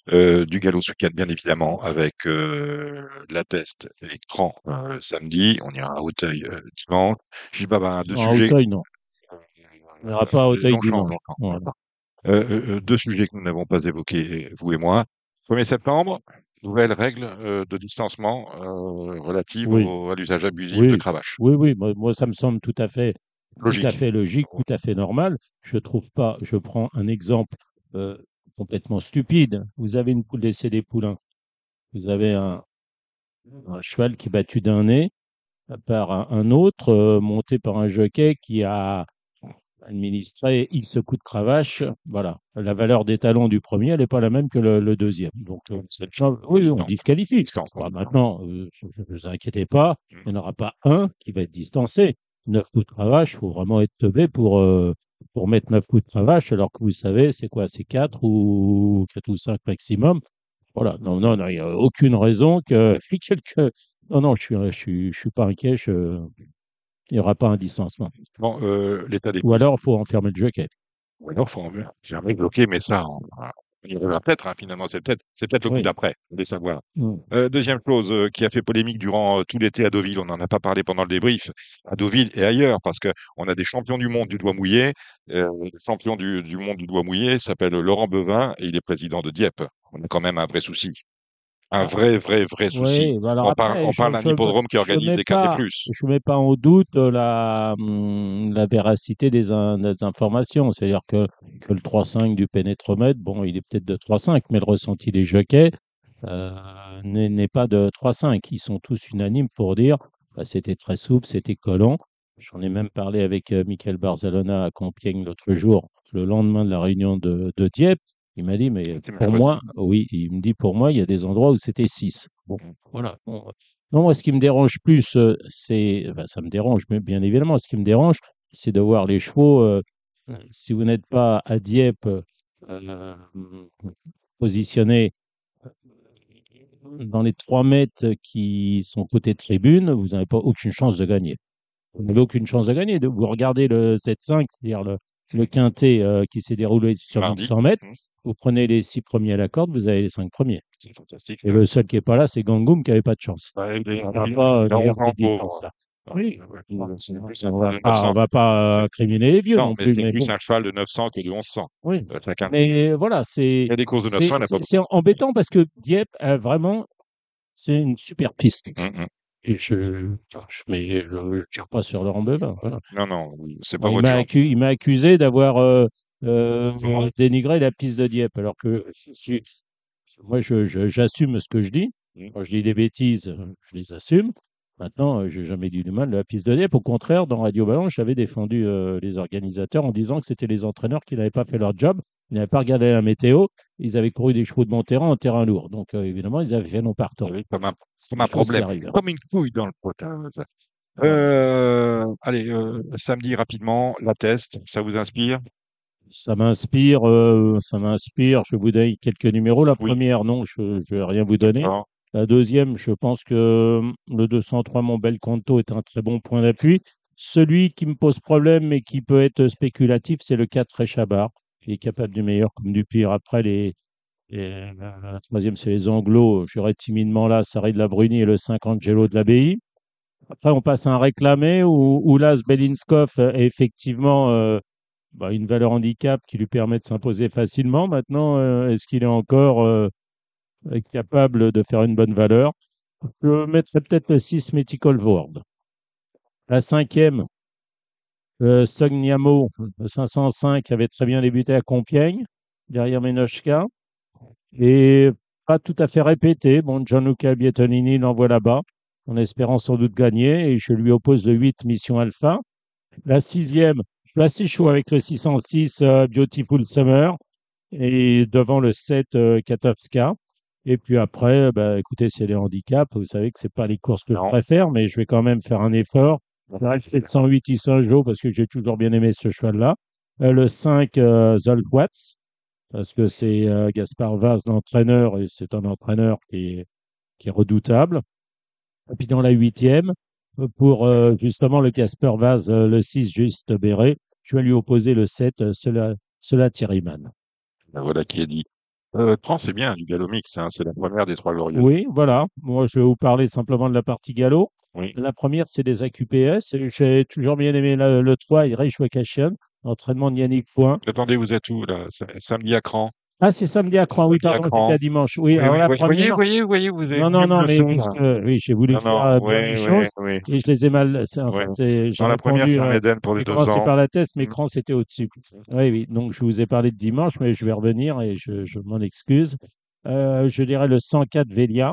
Du galop ce week-end, bien évidemment, avec la test écran samedi. On ira à Auteuil dimanche. Je dis, bah, deux Non, à sujets. Auteuil, non. On n'ira pas à Auteuil Longchamp, dimanche. Longchamp, Voilà. d'accord. Deux sujets que nous n'avons pas évoqués, vous et moi. 1er septembre, nouvelles règles de distancement relatives Oui, à l'usage abusif de oui, cravache. oui. Moi, ça me semble tout à Logique. fait logique, tout à fait normal. Je trouve pas. Je prends un exemple euh, complètement stupide. Vous avez une poule laissée des poulains. Vous avez un cheval qui est battu d'un nez par un autre, monté par un jockey qui a administré X coups de cravache. Voilà. La valeur des talons du premier, elle n'est pas la même que le deuxième. Donc, oui, on Distance. disqualifie. Distance. Bon, maintenant, ne vous inquiétez pas, il n'y en aura pas un qui va être distancé. 9 coups de cravache, il faut vraiment être teubé pour mettre 9 coups de cravache, alors que vous savez, c'est quoi? C'est 4 ou 5 maximum. Voilà. Non, non, non, il n'y a aucune raison que quelques. Non, non, je suis pas inquiet. Il n'y aura pas un distancement. Bon, l'état des Ou pistes. alors, il faut enfermer le jockey. Ou alors, j'aimerais bloquer, mais ça, on y reviendra peut-être, hein, finalement. C'est peut-être le coup Oui. d'après, on voulait savoir. Mm. Deuxième chose qui a fait polémique durant tout l'été à Deauville, on n'en a pas parlé pendant le débrief, à Deauville et ailleurs, parce qu'on a des champions du monde du doigt mouillé. Le champion du monde du doigt mouillé s'appelle Laurent Bevin et il est président de Dieppe. On a quand même un vrai souci. Un Ah, vrai, vrai, vrai souci. oui, bah alors On après, parle d'un hippodrome qui organise des quintés plus. je mets pas en doute la véracité des informations. C'est-à-dire que le 3,5 du pénétromètre, bon, il est peut-être de 3,5, mais le ressenti des jockeys euh, n'est pas de 3,5. Ils sont tous unanimes pour dire bah, c'était très souple, c'était collant. J'en ai même parlé avec Michael Barzalona à Compiègne l'autre jour, le lendemain de la réunion de Dieppe. Il m'a dit, mais C'était pour mercredi. moi, oui, il me dit, pour moi, il y a des endroits où c'était 6. Bon, voilà. Bon, non, moi, ce qui me dérange plus, ça me dérange, mais bien évidemment, ce qui me dérange, c'est de voir les chevaux. Si vous n'êtes pas à Dieppe euh, positionnés dans les 3 mètres qui sont côté tribune, vous n'avez pas aucune chance de gagner. Vous n'avez aucune chance de gagner. Vous regardez le 7-5, c'est-à-dire le quintet qui s'est déroulé sur Mardi. 1100 mètres, vous prenez les 6 premiers à la corde, vous avez les 5 premiers. C'est fantastique. Et le seul qui n'est pas là, c'est Gangoum qui n'avait pas de chance. Ouais, On n'a pas il a 11 d'ailleurs ans cette pour. distance-là. Oui, C'est un cheval de 900. on va pas incriminer les vieux Non, non mais plus, c'est mais plus bon, un cheval de 900 que de 1100. oui. Chacun. Mais voilà, Il y a des courses de 900, il n'y en a pas c'est beaucoup. embêtant parce que Dieppe, vraiment, c'est une super piste. Hum, hum. Et mais je ne tire pas sur Laurent Bevin. Voilà. Non, non, oui, c'est pas Bon, votre genre. il m'a accusé d'avoir Comment? dénigré la piste de Dieppe, alors que moi, j'assume ce que je dis. Hum. Quand je dis des bêtises, je les assume. Maintenant, je n'ai jamais dit du mal de la piste de Dieppe. Au contraire, dans Radio Ballon, j'avais défendu les organisateurs en disant que c'était les entraîneurs qui n'avaient pas fait leur job, ils n'avaient pas regardé la météo, ils avaient couru des chevaux de bon terrain en terrain lourd. Donc, évidemment, ils avaient fait non partant. Oui, C'est comme des un choses qui problème. arrivent. Comme une couille dans le potage. Voilà. Allez, samedi rapidement, la test, ça vous inspire? Ça m'inspire. Je vais vous donner quelques numéros. La Oui, première, non, je ne vais rien vous donner. d'accord. La deuxième, je pense que le 203 Montbel Canto est un très bon point d'appui. Celui qui me pose problème et qui peut être spéculatif, c'est le 4 Réchabar. Il est capable du meilleur comme du pire. Après, la troisième, c'est les Anglos. J'aurais timidement là, Sarri de la Bruni et le 50 Gélo de l'Abbaye. Après, on passe à un réclamé où Las Belinskov est effectivement bah, une valeur handicap qui lui permet de s'imposer facilement. Maintenant, est-ce qu'il est encore capable de faire une bonne valeur? Je mettrais peut-être le 6 Mythical World. La cinquième, Sognamo, le 505, avait très bien débuté à Compiègne, derrière Menochka. Et pas tout à fait répété. Bon, Gianluca Bietonini l'envoie là-bas, en espérant sans doute gagner. Et je lui oppose le 8 Mission Alpha. La sixième, je suis assez chaud avec le 606 Beautiful Summer. Et devant le 7 Katowska. Et puis après, bah, écoutez, c'est les handicaps. Vous savez que c'est pas les courses que je Non. préfère, mais je vais quand même faire un effort. Le 708 Isonjo, parce que j'ai toujours bien aimé ce cheval-là. Le 5 Zoltwatz, parce que c'est Gaspard Vaz, l'entraîneur, et c'est un entraîneur qui est redoutable. Et puis dans la huitième, pour justement le Gaspard Vaz, le 6 Juste Béret, je vais lui opposer le 7 Cela Thierryman. Ben voilà qui est dit. Caen, c'est bien, du galop mix, hein, c'est la première des Trois Glorieuses. Oui, voilà. Moi, je vais vous parler simplement de la partie galop. Oui. La première, c'est des AQPS. J'ai toujours bien aimé le 3 et Reich Vacation, entraînement de Yannick Foin. Attendez, vous êtes où là? Samedi à Cran. Ah, c'est samedi à Cran, oui, Samedi à pardon, c'était Cran. à dimanche. Oui, Oui, alors oui, la oui. Voyez, première, voyez, voyez, vous avez non, voulu non, me non, le mais faire. puisque, oui, j'ai voulu Non, non, faire bien oui, les oui, choses oui, et je les ai mal. En oui. fait, j'ai Dans la première, répondu, c'est un Éden pour les j'ai deux commencé ans. par la test, mais Mm. Cran, c'était au-dessus. Oui, oui, donc je vous ai parlé de dimanche, mais je vais revenir et je m'en excuse. Je dirais le 104 Vélia.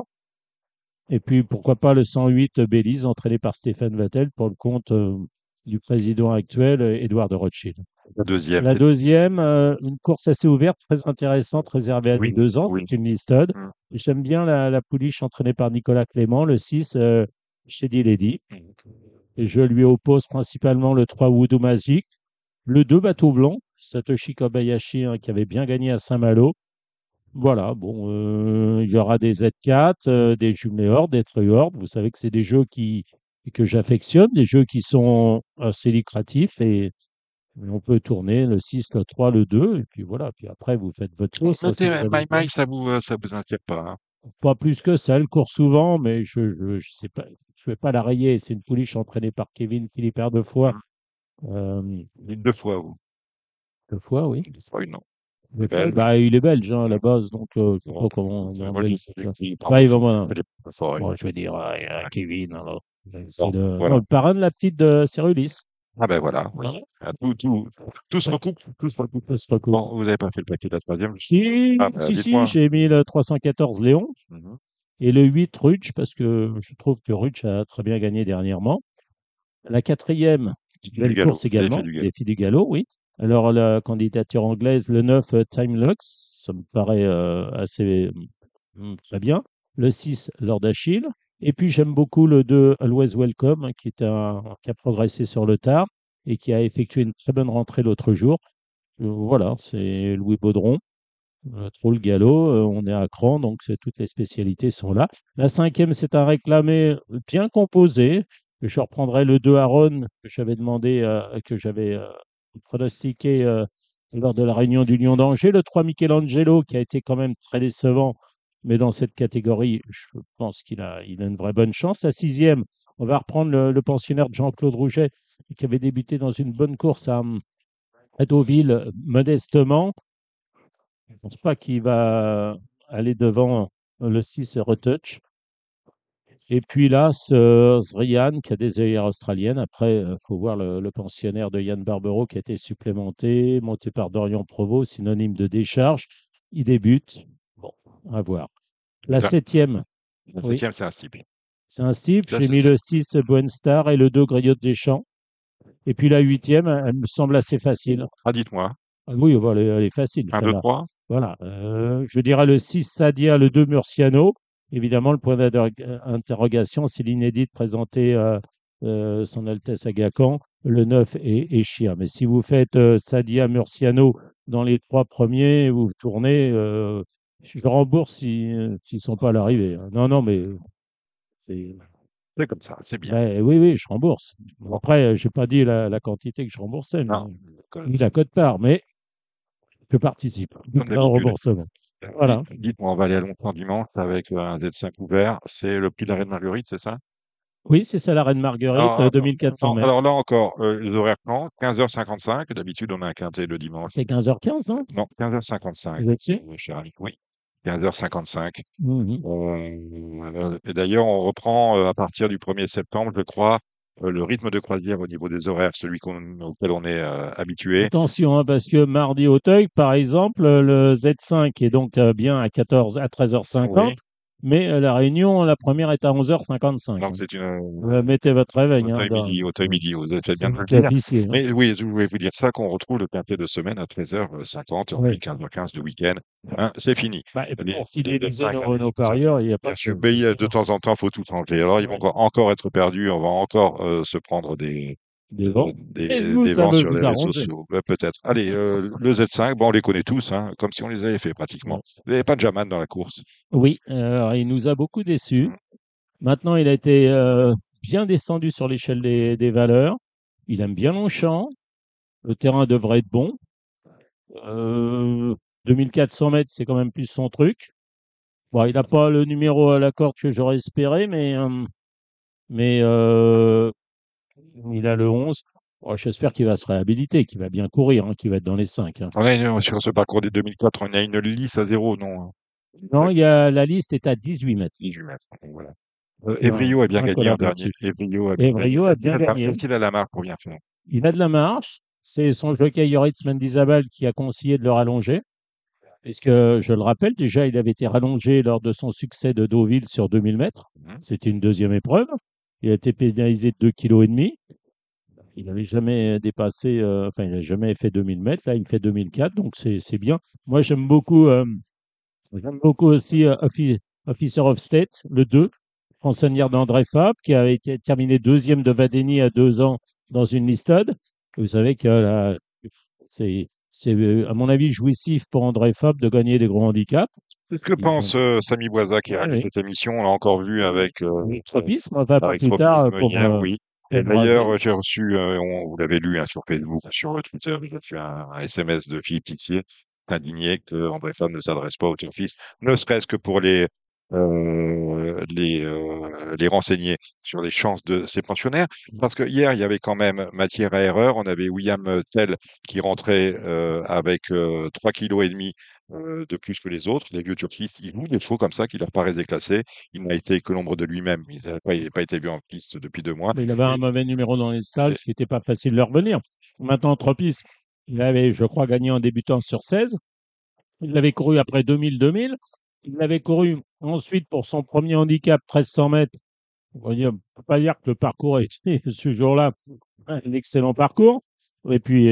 Et puis, pourquoi pas le 108 Belize, entraîné par Stéphane Vattel pour le compte du président actuel, Édouard de Rothschild. La deuxième. La deuxième, une course assez ouverte, très intéressante, réservée à des Oui, 2 ans. oui. C'est une listade. Mm. J'aime bien la pouliche entraînée par Nicolas Clément, le 6, Shady Lady. Et je lui oppose principalement le 3 Voodoo Magic, le 2 Bateau Blanc, Satoshi Kobayashi, hein, qui avait bien gagné à Saint-Malo. Voilà, bon, il y aura des Z4, des jumelés Horde, des True Horde. Vous savez que c'est des jeux que j'affectionne, des jeux qui sont assez lucratifs et on peut tourner le 6, le 3, le 2, et puis voilà. Puis après, vous faites votre chose, ça, si vous avez le My temps. My, ça vous inspire pas, hein. Pas plus que ça, elle court souvent, mais je sais pas, je vais pas la rayer. C'est une pouliche entraînée par Kevin Philippe deux fois. Mm. Euh, Une, deux fois, vous. 2 fois, oui. Deux fois, une, non. Deux fois. Belle. Bah, il est belge, hein, à la Mm. base, donc je sais Bon, pas comment on est en moi, je dis Belgique. c'est lui, Bah, pardon, il va, voilà. elle est pas forte. Bon, je vais dire Ouais. Kevin, alors. C'est Bon, le, non, voilà. le parrain de la petite de Cérulis. Ah ben voilà, oui. Voilà. Ah, tout se recoupe, tout se recoupe. Ça se recoupe. Bon, vous n'avez pas fait le paquet de la troisième. Ah Si, ben si, si, dites-moi. j'ai mis le 314 Léon Mhm. et le 8 Rutsch, parce que je trouve que Rutsch a très bien gagné dernièrement. La quatrième, Du belle galop. course Vous avez fait également, du galop. les filles du galop, oui. Alors, la candidature anglaise, le 9 Time Lux, ça me paraît assez très bien. Le 6 Lord Achille. Et puis, j'aime beaucoup le 2 Always Welcome, qui a progressé sur le tard et qui a effectué une très bonne rentrée l'autre jour. Voilà, c'est Louis Baudron. Trop le galop, on est à cran, donc toutes les spécialités sont là. La cinquième, c'est un réclamé bien composé. Je reprendrai le 2 Aaron que j'avais demandé, que j'avais pronostiqué lors de la réunion du Lion d'Angers. Le 3 Michelangelo qui a été quand même très décevant, mais dans cette catégorie, je pense il a une vraie bonne chance. La sixième, on va reprendre le pensionnaire de Jean-Claude Rouget qui avait débuté dans une bonne course à Deauville modestement. Je ne pense pas qu'il va aller devant le 6 Retouch. Et puis là, Zrian, qui a des œillères australiennes. Après, il faut voir le pensionnaire de Yann Barbero qui a été supplémenté, monté par Dorian Provo, synonyme de décharge. Il débute. Bon, à voir. La La, septième, la oui, septième, c'est un style. c'est un Steve. Là, J'ai mis le 6 Buenstar et le 2 Griotte des Champs. Et puis la huitième, elle me semble assez facile. ah, dites-moi. Ah oui, bah, elle est facile, Un, deux, celle-là. trois. Voilà. Je dirais le 6 Sadia, le 2 Murciano. Évidemment, le point d'interrogation, c'est l'inédite présentée Son Altesse Aga Khan, le 9 et Chia. Mais si vous faites Sadia, Murciano dans les 3 premiers, vous tournez, je rembourse s'ils ne sont pas à l'arrivée, hein. Non, non, mais c'est. C'est comme ça, c'est bien. Ouais, oui, oui, je rembourse. Bon, Bon, après, je n'ai pas dit la quantité que je remboursais, non, ni la cote-part, mais je participe comme au d'habitude. remboursement. Voilà. Dites-moi, on va aller à Longchamp dimanche avec un Z5 ouvert. C'est le prix de la Reine Marguerite, c'est ça? Oui, c'est ça la Reine Marguerite, Alors, 2400 non, mètres. alors là encore, les horaires plan, 15h55. D'habitude, on a un quintet le dimanche. C'est 15h15, non? Non, 15h55, Vous êtes sûr? cher ami. Oui, 15h55. Mhm. Et d'ailleurs, on reprend à partir du 1er septembre, je crois, le rythme de croisière au niveau des horaires, celui auquel on est habitué. Attention, hein, parce que mardi Auteuil, par exemple, le Z5 est donc bien à 13h50, Oui. mais la réunion, la première est à 11h55, Donc, hein. c'est une Mettez votre réveil, hein, Auteuil midi, vous avez fait bien c'est de me vous le qui dire. officiez, hein. Mais oui, je voulais vous dire ça, qu'on retrouve le quintet de semaine à 13h50, Oui. puis 15h15 le week-end. Hein, c'est fini. Bah, et Les, pour les fidéliser 5 nos parieurs, il n'y a pas bien sûr, de mais de souci. temps en temps, il faut tout changer. Alors, ils vont Ouais. encore être perdus, on va encore se prendre Des vents. Et vous, des ça vents va sur les vous réseaux arranger. sociaux. Peut-être. Allez, le Z5, bon, on les connaît tous, hein, comme si on les avait fait pratiquement. Ouais. Vous n'avez pas de Jaman dans la course. Oui, alors, il nous a beaucoup déçus. Hum. Maintenant, il a été bien descendu sur l'échelle des valeurs. Il aime bien Longchamp. Le terrain devrait être bon. 2400 mètres, c'est quand même plus son truc. Bon, il n'a pas le numéro à la corde que j'aurais espéré, mais il a le 11. Bon, j'espère qu'il va se réhabiliter, qu'il va bien courir, qu'il va être dans les 5. Sur ce parcours des 2004, on a une lisse à zéro, non? Non, la liste est à 18 mètres. 18 mètres. Donc, voilà. C'est Evrio a bien gagné en incollable dernier. là-dessus. Evrio a bien Et gagné. Brio a bien gagné. Est-ce qu'il a la marque pour bien faire? Il a de la marche. C'est son jockey Yoritz Mendizabal qui a conseillé de le rallonger. Puisque, je le rappelle, déjà, il avait été rallongé lors de son succès de Deauville sur 2000 mètres. Mhm. C'était une deuxième épreuve. Il a été pénalisé de 2,5 kg. Il n'avait jamais dépassé, enfin, il n'a jamais fait 2000 mètres. Là, il fait 2004, donc c'est bien. Moi, j'aime beaucoup aussi Officer of State, le 2, pensionnaire d'André Fabre, qui a été terminé deuxième de Vadeni à 2 ans dans une listade. Vous savez que là, à mon avis, jouissif pour André Fabre de gagner des gros handicaps. C'est ce que Ils ont pense Samy Boisa qui oui, réalise oui. cette émission. On l'a encore vu Oui, tropisme, enfin, pas avec plus tard tropisme hier, oui. Et pour Brasier. d'ailleurs, j'ai reçu, vous l'avez lu hein, sur Facebook, sur Twitter, j'ai reçu un SMS de Philippe Tixier, indigné que André Fab ne s'adresse pas au turfiste, ne serait-ce que pour les renseigner sur les chances de ces pensionnaires. Parce que hier, il y avait quand même matière à erreur. On avait William Tell qui rentrait avec 3,5 kg de plus que les autres. Les vieux turfistes, ils jouent des faux comme ça qui leur paraissent déclassés. Il n'a été que l'ombre de lui-même. Il n'a pas été vu en piste depuis 2 mois. Mais il avait un Et, mauvais numéro dans les salles, et- ce qui n'était pas facile de le revenir. Maintenant, tropisme, il avait, je crois, gagné en débutant sur 16. Il l'avait couru après 2000-2000. Il l'avait couru ensuite pour son premier handicap, 1300 mètres. On ne peut pas dire que le parcours a été, ce jour-là, un excellent parcours. Et puis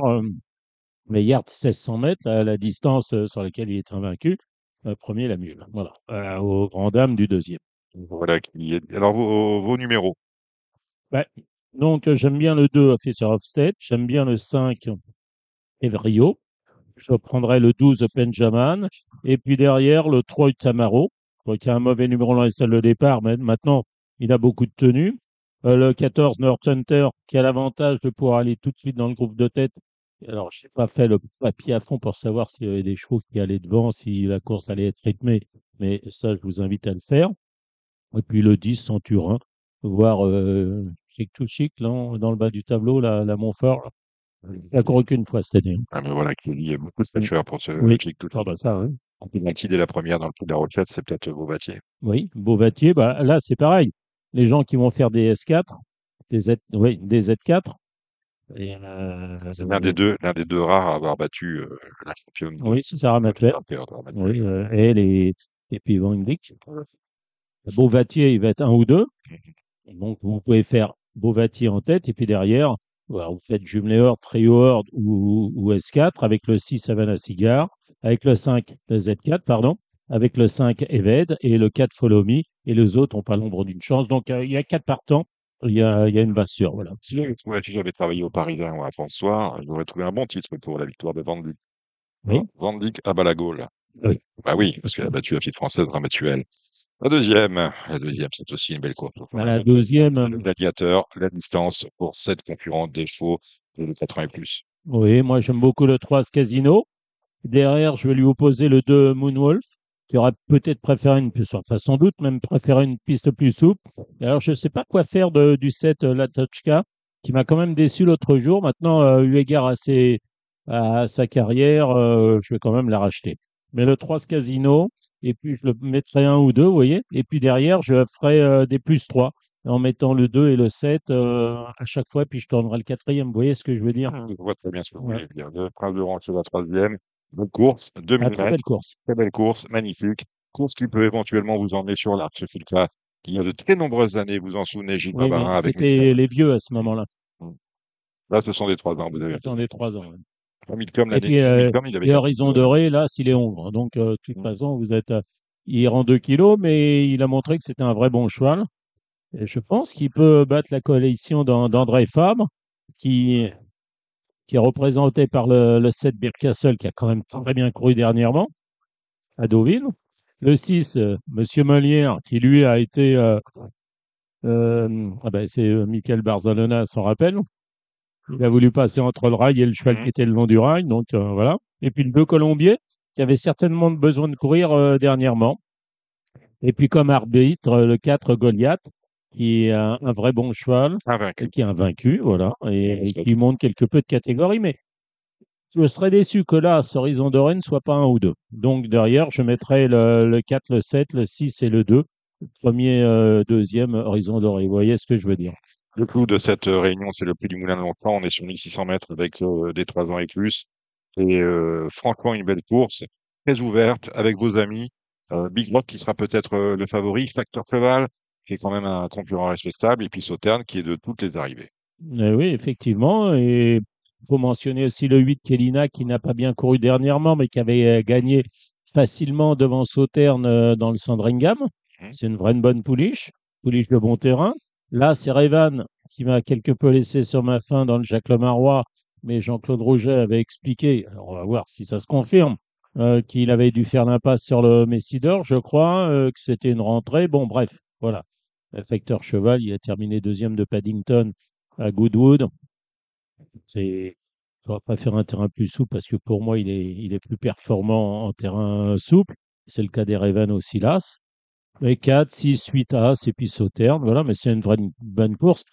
hier, 1600 mètres, la distance sur laquelle il est invaincu, premier la mule. Voilà, aux grand dames du deuxième. voilà. Alors, vos numéros. Ouais. Donc, j'aime bien le 2, Officer of State. J'aime bien le 5, Evrio. Je prendrai le 12 Benjamin. Et puis derrière, le 3 Utamaro, qui a un mauvais numéro dans les salles de départ, mais maintenant, il a beaucoup de tenue. Le 14 North Hunter, qui a l'avantage de pouvoir aller tout de suite dans le groupe de tête. Alors, je n'ai pas fait le papier à fond pour savoir s'il y avait des chevaux qui allaient devant, si la course allait être rythmée. Mais ça, je vous invite à le faire. Et puis le 10 Centurin, voir Chic to Chic, là, dans le bas du tableau, la Montfort. Il n'a couru qu'une fois cette année. Ah, mais voilà, il y a beaucoup de Mm. fraîcheur pour ce Oui. kick tout Ah bah ça, oui. Penalty dès la première dans le coup de la retraite, c'est peut-être Beauvatier. Oui, Beauvatier, bah, là, c'est pareil. Les gens qui vont faire des S4, des Z4, et, C'est l'un des deux rares à avoir battu la championne de oui, c'est Sarah Matfer, oui, et puis Van Dijk. Beauvatier, il va être un ou deux. Donc, vous pouvez faire Beauvatier en tête, et puis derrière, voilà, vous faites jumelé Horde, trio Horde ou S4 avec le 6 Havana Cigar, avec le 5 le Z4, pardon, avec le 5 Eved et le 4 Follow Me, et les autres n'ont pas l'ombre d'une chance. Donc, il y a 4 partants, il y a une base sûre. Voilà. Si j'avais travaillé au Parisien ou à François, j'aurais trouvé un bon titre pour la victoire de Van Dijk. Oui, Van Dijk à bas la Gaule. oui. Bah oui, parce qu'elle a battu la fille française Ramatuelle. La deuxième, c'est aussi une belle course. À la deuxième, C'est le gladiateur, la distance pour 7 concurrents des chevaux de 80 et plus. oui, moi j'aime beaucoup le 3 Casino. Derrière, je vais lui opposer le 2 Moonwolf, qui aurait peut-être préféré enfin sans doute même préféré une piste plus souple. Et alors, je ne sais pas quoi faire du 7 Latochka, qui m'a quand même déçu l'autre jour. Maintenant, eu égard à sa carrière, je vais quand même la racheter. Mais le 3 Casino, et puis je le mettrai un ou deux, vous voyez. Et puis derrière, je ferai des plus 3 en mettant le 2 et le 7 à chaque fois, puis je tournerai le quatrième. Vous voyez ce que je veux dire? Je vois très bien ce que vous Ouais. voulez dire. Le Prince de Rancho, la troisième. Bonne course, 2000 Ah, très mètres. belle course. Très belle course, magnifique. Course qui peut éventuellement vous emmener sur l'arc. Ce fut le cas il y a de très nombreuses années. Vous en souvenez, Gilles Oui, mais Barbarin avec c'était Milcom. les vieux à ce moment-là. Là, ce sont des 3 ans, vous avez Dans raison. les 3 ans. Ouais. Milcom, Et puis, Milcom, il avait et 4 Horizon Doré, là, s'il est hongre. Donc, de toute façon, il rend 2 kilos, mais il a montré que c'était un vrai bon cheval. Et je pense qu'il peut battre la coalition d'André Fabre, qui, qui est représenté par le 7 Birkastle, qui a quand même très bien couru dernièrement à Deauville. Le 6, Monsieur Molière, qui lui a été. C'est Michael Barzalona, s'en rappelle. Il a voulu passer entre le rail et le cheval qui était le long du rail, donc voilà. Et puis le 2 Colombier. qui avait certainement besoin de courir dernièrement. Et puis comme arbitre, le 4 Goliath, qui est un vrai bon cheval, et Invaincu. qui est invaincu, voilà, et C'est qui monte quelque peu de catégorie. Mais je serais déçu que là, ce Horizon Doré ne soit pas un ou deux. Donc derrière, je mettrais le 4, le 7, le 6 et le 2. Premier, deuxième Horizon Doré. Vous voyez ce que je veux dire? Le clou de cette réunion, c'est le prix du Moulin de Longchamp. On est sur 1600 mètres avec des 3 ans et plus. Et franchement, une belle course, très ouverte, avec vos amis. Big Rock qui sera peut-être le favori. Facteur Cheval, qui est quand même un concurrent respectable. Et puis Sauternes, qui est de toutes les arrivées. Oui, effectivement. Et il faut mentionner aussi le 8 Kelina qui n'a pas bien couru dernièrement, mais qui avait gagné facilement devant Sauternes dans le Sandringham. Mhm. C'est une vraie bonne pouliche de bon terrain. Là, c'est Revan qui m'a quelque peu laissé sur ma faim dans le Jacques Lemarois, mais Jean-Claude Rouget avait expliqué, alors on va voir si ça se confirme, qu'il avait dû faire l'impasse sur le Messidor, je crois, que c'était une rentrée. Bon, bref, voilà. Facteur Cheval, il a terminé deuxième de Paddington à Goodwood. C'est, je préfère un terrain plus souple parce que pour moi, il est plus performant en terrain souple. C'est le cas des Raven au Silas. Et 4, 6, 8 As et puis Sauternes. Voilà, mais c'est une vraie bonne course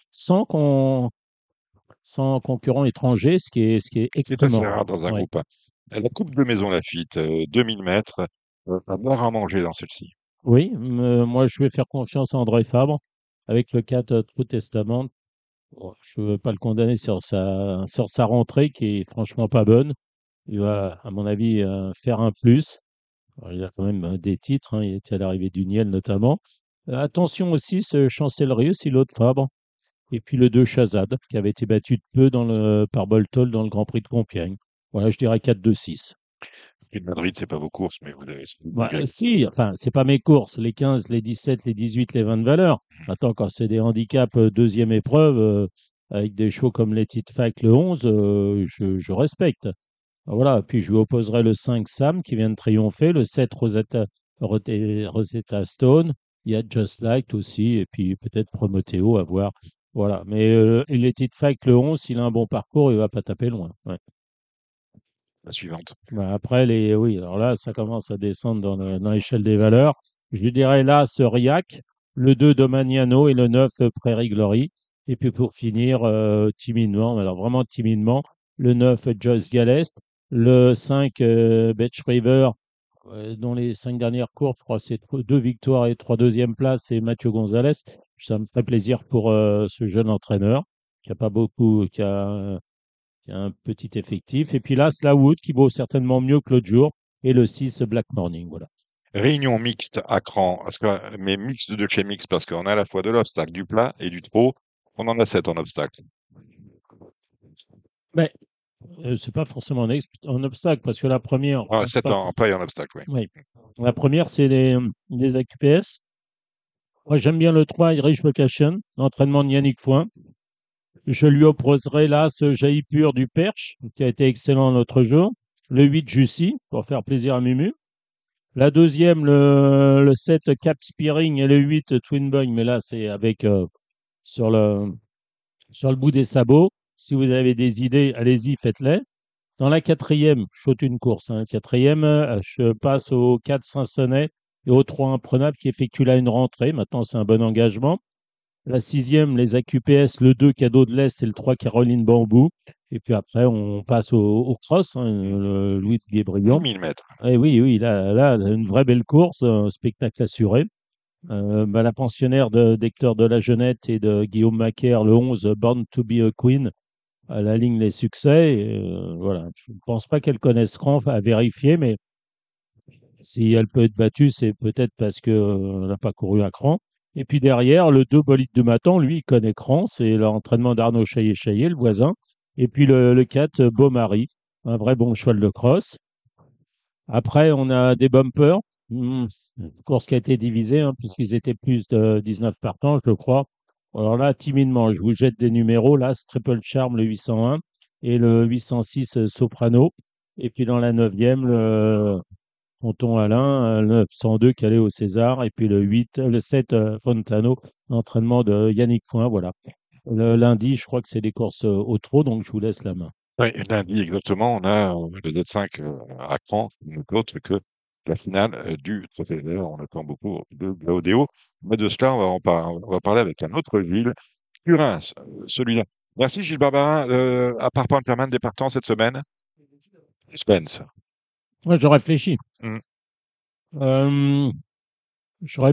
sans concurrent étranger, ce qui est C'est assez extrêmement rare rare. dans un Ouais. groupe. La Coupe de Maison Lafitte, 2000 mètres. À boire à manger dans celle-ci. Oui, moi, je vais faire confiance à André Fabre avec le 4 True Testament. Bon, je ne veux pas le condamner sur sa rentrée qui est franchement pas bonne. Il va, à mon avis, faire un plus. Alors, il a quand même des titres, hein. Il était à l'arrivée du Niel notamment. Attention aussi, ce Chancellerie, aussi l'autre Fabre. Et puis le 2 Chazad, qui avait été battu de peu par Boltol dans le Grand Prix de Compiègne. Voilà, je dirais 4-2-6. Prix de Madrid, c'est pas vos courses, mais vous avez Bah, gré. si, enfin, c'est pas mes courses, les 15, les 17, les 18, les 20 de valeur. Maintenant, quand c'est des handicaps deuxième épreuve, avec des chevaux comme les Fac le 11, je respecte. Voilà, puis je lui opposerai le 5 Sam qui vient de triompher, le 7 Rosetta Stone, il y a Just Like aussi, et puis peut-être Promoteo à voir. Voilà, mais il est Fac le 11, s'il a un bon parcours, il va pas taper loin. Ouais. La suivante. Bah, après, oui, alors là, ça commence à descendre dans l'échelle des valeurs. Je lui dirais là, ce Riac, le 2 Domagnano et le 9 Prairie Glory. Et puis pour finir, timidement, mais alors vraiment timidement, le 9 Joyce Gallest, le 5 Betch River, dont les 5 dernières courses, je crois, c'est 2 victoires et 3 deuxièmes places, et Mathieu Gonzalez. Ça me ferait plaisir pour ce jeune entraîneur qui a pas beaucoup, qui a un petit effectif. Et puis là, Slawood qui vaut certainement mieux que l'autre jour. Et le 6 Black Morning. Voilà. Réunion mixte à cran, mais mixte de chez mixte, parce qu'on a à la fois de l'obstacle, du plat et du trot. On en a 7 en obstacle. Mais c'est pas forcément un obstacle parce que la première, Ah, 7 pas, en plat et en obstacle, oui. oui. La première, c'est les AQPS. Moi, j'aime bien le 3 Irish Vocation, l'entraînement de Yannick Foin. Je lui opposerai là ce Jaillit Pur du Perche, qui a été excellent l'autre jour. Le 8 Jussy, pour faire plaisir à Mumu. La deuxième, le 7 Cap Spearing et le 8 Twin Boy, mais là, c'est avec sur le, sur le bout des sabots. Si vous avez des idées, allez-y, faites-les. Dans la quatrième, je saute une course. Hein. Quatrième, je passe au 4 Saint-Sonnet et au 3 Imprenable qui effectue là une rentrée. Maintenant, c'est un bon engagement. La sixième, les AQPS, le 2 Cadeau de l'Est et le 3 Caroline Bambou. Et puis après, on passe au cross, hein, le Louis de Guébriand. 10 000 mètres. Et oui, oui, là, une vraie belle course, un spectacle assuré. Bah, la pensionnaire d'Hector de la Jeunette et de Guillaume Macaire, le 11, Born to be a Queen, à la ligne les succès. Et, voilà. Je ne pense pas qu'elle connaisse Cranf à vérifier, mais si elle peut être battue, c'est peut-être parce qu'elle n'a pas couru à Cran. Et puis derrière, le 2 Bolide de Matan, lui, il connaît Cran, c'est l'entraînement d'Arnaud Chaillet-Chaillet, le voisin. Et puis le 4 Beaumarie, un vrai bon cheval de crosse. Après, on a des bumpers. C'est une course qui a été divisée, hein, puisqu'ils étaient plus de 19 partants, je crois. Alors là, timidement, je vous jette des numéros. Là, c'est Triple Charm, le 801, et le 806 Soprano. Et puis dans la neuvième, le Tonton Alain, le 902 Calais au César, et puis le 7 Fontano, l'entraînement de Yannick Foin. Voilà. Le lundi, je crois que c'est des courses au trot, donc je vous laisse la main. Ouais, et lundi, exactement, on a le Z5 à Caen, qui n'est autre que la finale du Trophée Vert. On attend beaucoup de Gaudéo. Mais de cela, on va parler avec un autre ville, Turin, celui-là. Merci Gilles Barbarin. À part Pantherman des partants cette semaine, suspense. Moi, je réfléchis. Hmm. Euh, J'aurais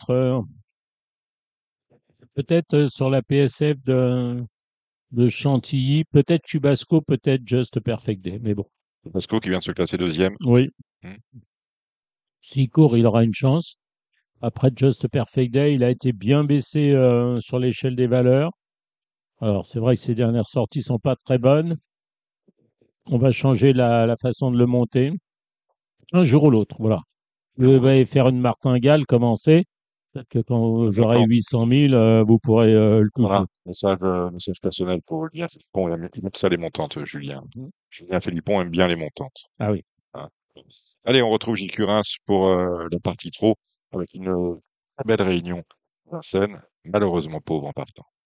peut-être sur la PSF de Chantilly, peut-être Chubasco, peut-être Just Perfect Day. Mais bon, C'est Pasco qui vient de se classer deuxième. oui, Hmm. s'il court, il aura une chance. Après Just Perfect Day, il a été bien baissé sur l'échelle des valeurs. Alors, c'est vrai que ses dernières sorties sont pas très bonnes. On va changer la façon de le monter. Un jour ou l'autre, voilà. Je Je roule. vais faire une martingale, commencer. Peut-être que quand Le vous aurez montant. 800 000, vous pourrez le Voilà. couper. Message personnel pour Julien Philippon. Il aime ça les montantes, Julien. Julien Philippon aime bien les montantes. Ah oui. Hein. Allez, on retrouve Gilles Curins pour la partie trop avec une très belle réunion. Vincennes, malheureusement pauvre en partant.